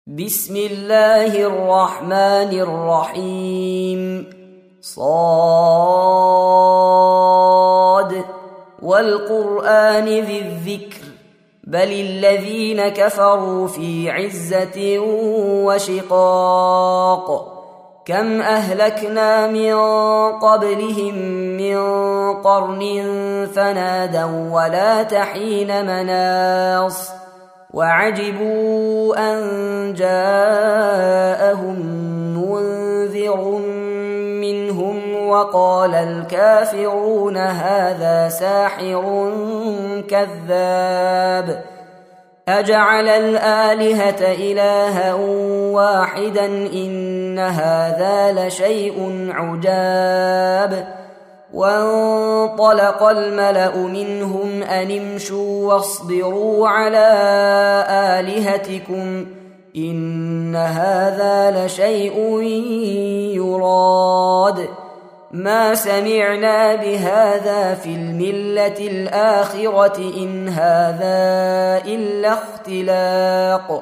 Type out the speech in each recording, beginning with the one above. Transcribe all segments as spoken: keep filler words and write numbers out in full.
بسم الله الرحمن الرحيم صاد والقرآن ذي الذكر بل الذين كفروا في عزة وشقاق كم أهلكنا من قبلهم من قرن فنادوا ولا تحين مناص وعجبوا أن جاءهم منذر منهم وقال الكافرون هذا ساحر كذاب أجعل الآلهة إلها واحدا إن هذا لشيء عجاب وانطلق الملأ منهم أن امشوا واصبروا على آلهتكم إن هذا لشيء يراد ما سمعنا بهذا في الملة الآخرة إن هذا إلا اختلاق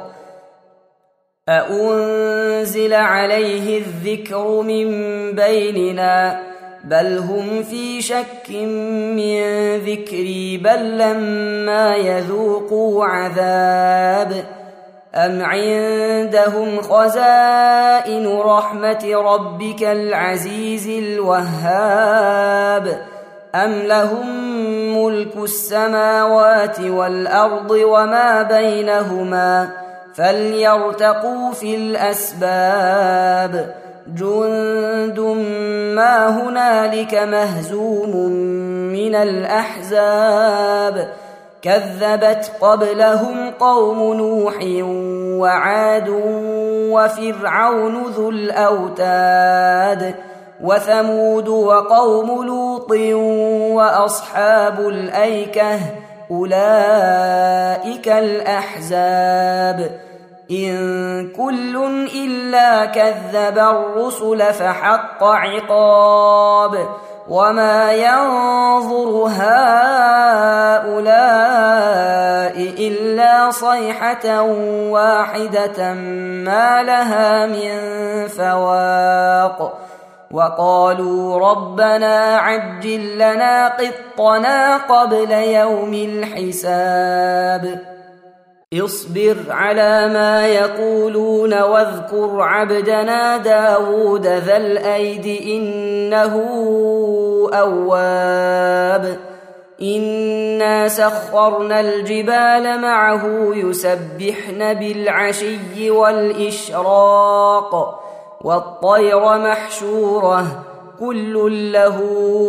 أأنزل عليه الذكر من بيننا بل هم في شك من ذكري بل لما يذوقوا عذاب أم عندهم خزائن رحمة ربك العزيز الوهاب أم لهم ملك السماوات والأرض وما بينهما فليرتقوا في الأسباب جند ما هنالك مهزوم من الأحزاب كذبت قبلهم قوم نوح وعاد وفرعون ذو الأوتاد وثمود وقوم لوط وأصحاب الأيكة أولئك الأحزاب إن كل إلا كذب الرسل فحق عقاب وما ينظر هؤلاء إلا صيحة واحدة ما لها من فواق وقالوا ربنا عجل لنا قطنا قبل يوم الحساب اصبر على ما يقولون واذكر عبدنا داود ذا الأيد إنه أواب إنا سخرنا الجبال معه يسبحن بالعشي والإشراق والطير محشورة كل له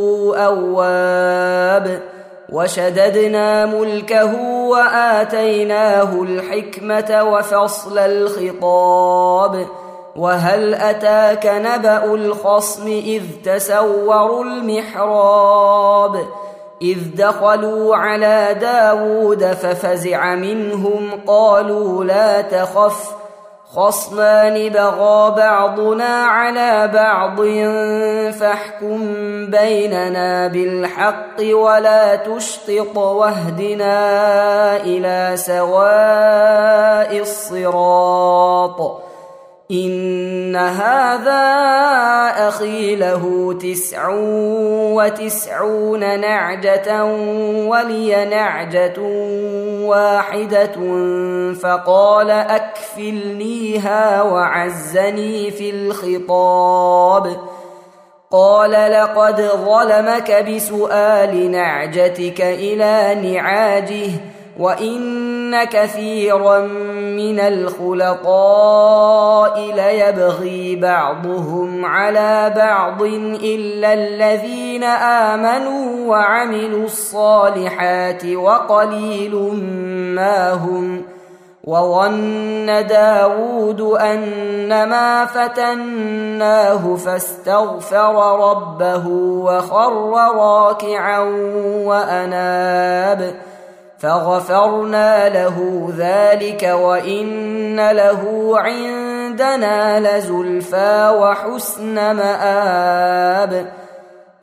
أواب وشددنا ملكه وآتيناه الحكمة وفصل الخطاب وهل أتاك نبأ الخصم إذ تسوروا المحراب إذ دخلوا على داود ففزع منهم قالوا لا تخف خصمان بغى بعضنا على بعض فاحكم بيننا بالحق ولا تشطط واهدنا إلى سواء الصراط إن هذا أخي له تسع وتسعون نعجة ولي نعجة واحدة فقال أكفلنيها وعزني في الخطاب قال لقد ظلمك بسؤال نعجتك إلى نعاجه وإن كثيرا من الخلطاء ليبغي بعضهم على بعض إلا الذين آمنوا وعملوا الصالحات وقليل ما هم وظن داود أنما فتناه فاستغفر ربه وخر راكعا وأناب فغفرنا له ذلك وإن له عندنا لزلفى وحسن مآب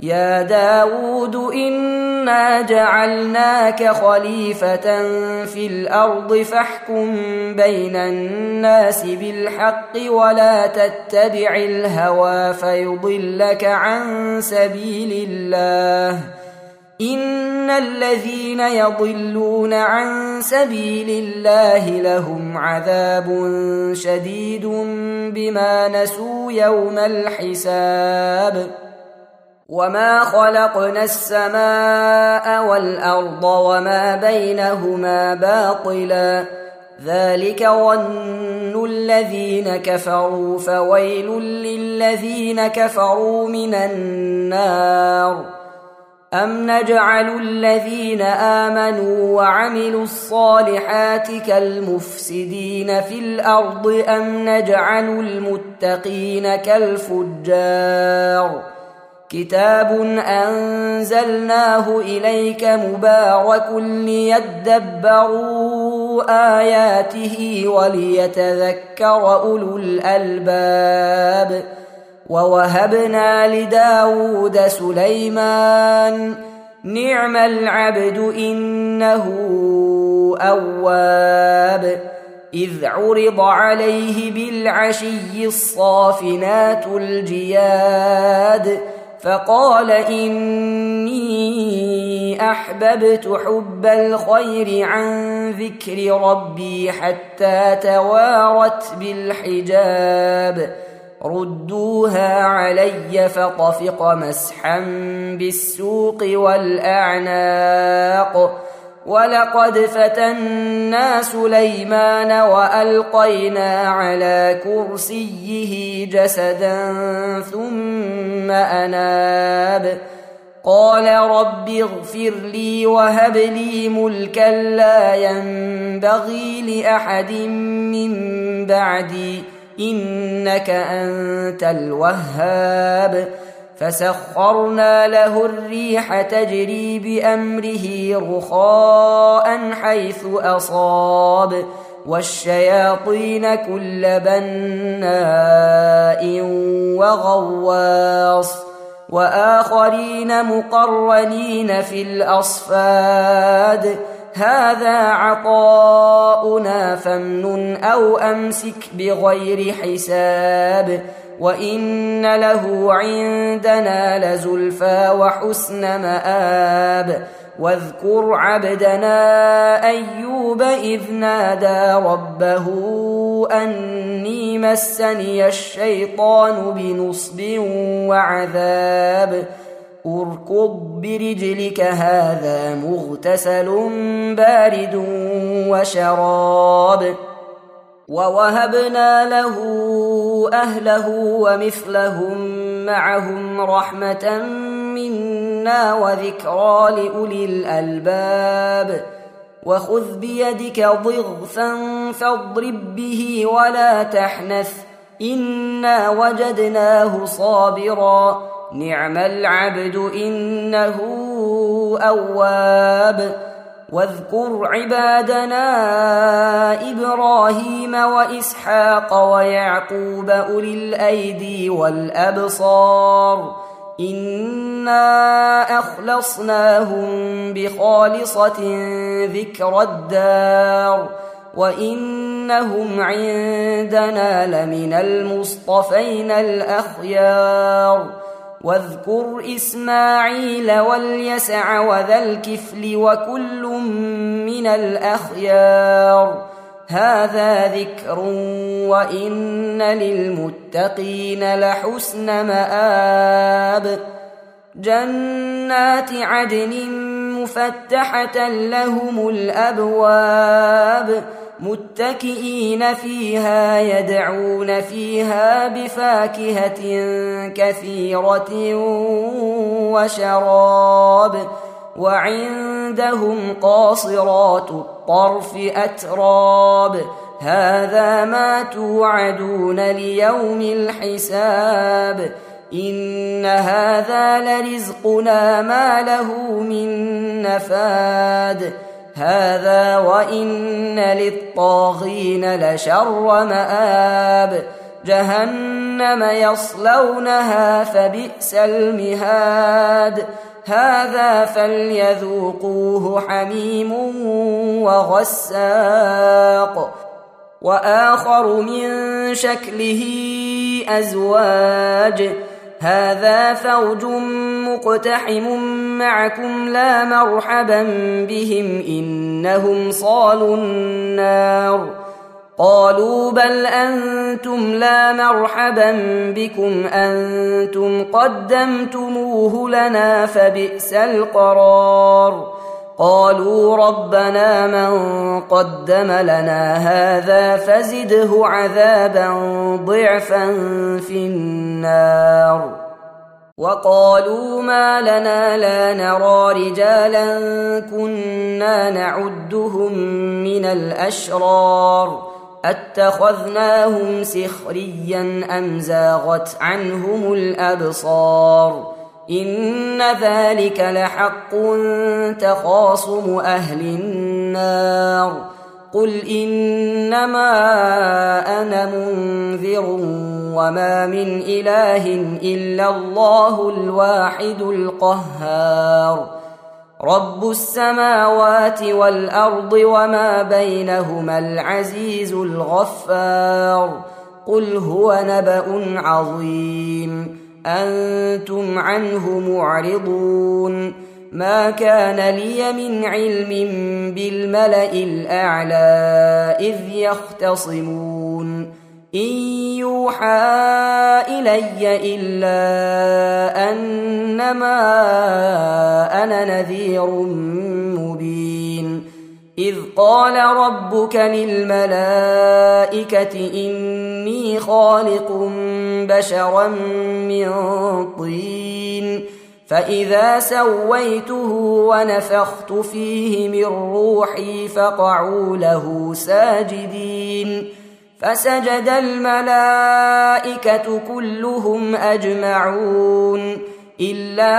يا داود إنا جعلناك خليفة في الأرض فاحكم بين الناس بالحق ولا تتبع الهوى فيضلك عن سبيل الله إن الذين يضلون عن سبيل الله لهم عذاب شديد بما نسوا يوم الحساب وما خلقنا السماء والأرض وما بينهما باطلا ذلك ظن الذين كفروا فويل للذين كفروا من النار أم نجعل الذين آمنوا وعملوا الصالحات كالمفسدين في الأرض أم نجعل المتقين كالفجار كتاب أنزلناه إليك مبارك ليدبروا آياته وليتذكر أولو الألباب ووهبنا لداود سليمان نعم العبد إنه أواب إذ عرض عليه بالعشي الصافنات الجياد فقال إني أحببت حب الخير عن ذكر ربي حتى توارت بالحجاب ردوها علي فطفق مسحا بالسوق والأعناق ولقد فتنا سليمان وألقينا على كرسيه جسدا ثم أناب قال رب اغفر لي وهب لي ملكا لا ينبغي لأحد من بعدي إنك أنت الوهاب فسخرنا له الريح تجري بأمره رخاء حيث أصاب والشياطين كل بناء وغواص وآخرين مقرنين في الأصفاد هذا عطاؤنا فامنن أو أمسك بغير حساب وإن له عندنا لزلفى وحسن مآب واذكر عبدنا أيوب إذ نادى ربه أني مسني الشيطان بنصب وعذاب اركض برجلك هذا مغتسل بارد وشراب ووهبنا له أهله ومثلهم معهم رحمة منا وذكرى لأولي الألباب وخذ بيدك ضغثا فاضرب به ولا تحنث إنا وجدناه صابرا نعم العبد إنه أواب واذكر عبادنا إبراهيم وإسحاق ويعقوب أولي الأيدي والأبصار إنا أخلصناهم بخالصة ذكر الدار وإنهم عندنا لمن المصطفين الأخيار واذكر إسماعيل واليسع وذا الكفل وكل من الأخيار هذا ذكر وإن للمتقين لحسن مآب جنات عدن مفتحة لهم الأبواب متكئين فيها يدعون فيها بفاكهة كثيرة وشراب وعندهم قاصرات الطرف أتراب هذا ما توعدون ليوم الحساب إن هذا لرزقنا ما له من نفاد هذا وإن للطاغين لشر مآب جهنم يصلونها فبئس المهاد هذا فليذوقوه حميم وغساق وآخر من شكله أزواج هذا فوج مقتحم معكم لا مرحبا بهم إنهم صالوا النار قالوا بل أنتم لا مرحبا بكم أنتم قدمتموه لنا فبئس القرار قالوا ربنا من قدم لنا هذا فزده عذابا ضعفا في النار وقالوا ما لنا لا نرى رجالا كنا نعدهم من الأشرار أتخذناهم سخريا أم زاغت عنهم الأبصار إن ذلك لحق تخاصم أهل النار قل إنما أنا منذر وما من إله إلا الله الواحد القهار رب السماوات والأرض وما بينهما العزيز الغفار قل هو نبأ عظيم أنتم عنه معرضون ما كان لي من علم بالملأ الأعلى إذ يختصمون إن يوحى إلي إلا أنما أنا نذير مبين إذ قال ربك للملائكة إني خالق بشرا من طين فإذا سويته ونفخت فيه من روحي فقعوا له ساجدين فسجد الملائكة كلهم أجمعون إلا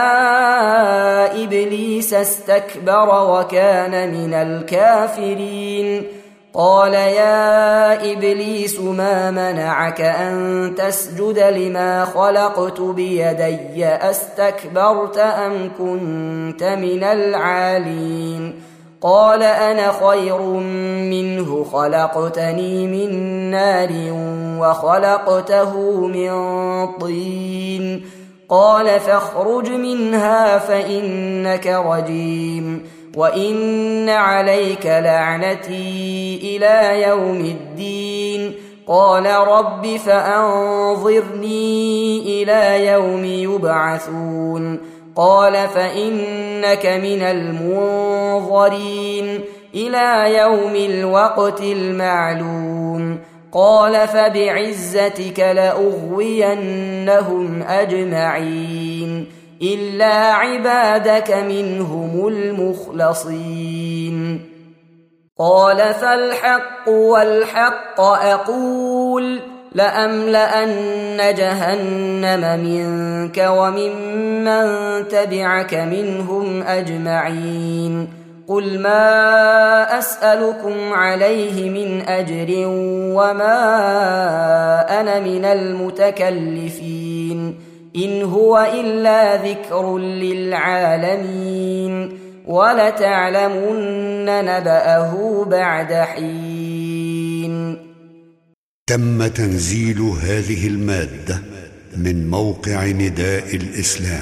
إبليس استكبر وكان من الكافرين قال يا إبليس ما منعك أن تسجد لما خلقت بيدي أستكبرت أم كنت من العالين قال أنا خير منه خلقتني من نار وخلقته من طين قال فاخرج منها فإنك رجيم وإن عليك لعنتي إلى يوم الدين قال رب فأنظرني إلى يوم يبعثون قال فإنك من المنظرين إلى يوم الوقت المعلوم قال فبعزتك لأغوينهم أجمعين إلا عبادك منهم المخلصين قال فالحق والحق أقول لأملأن جهنم منك وممن تبعك منهم أجمعين قل ما أسألكم عليه من أجر وما أنا من المتكلفين إن هو إلا ذكر للعالمين ولتعلمن نبأه بعد حين. تم تنزيل هذه المادة من موقع نداء الإسلام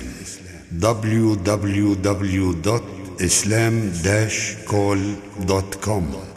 دبليو دبليو دبليو دوت إسلام داش كول دوت كوم.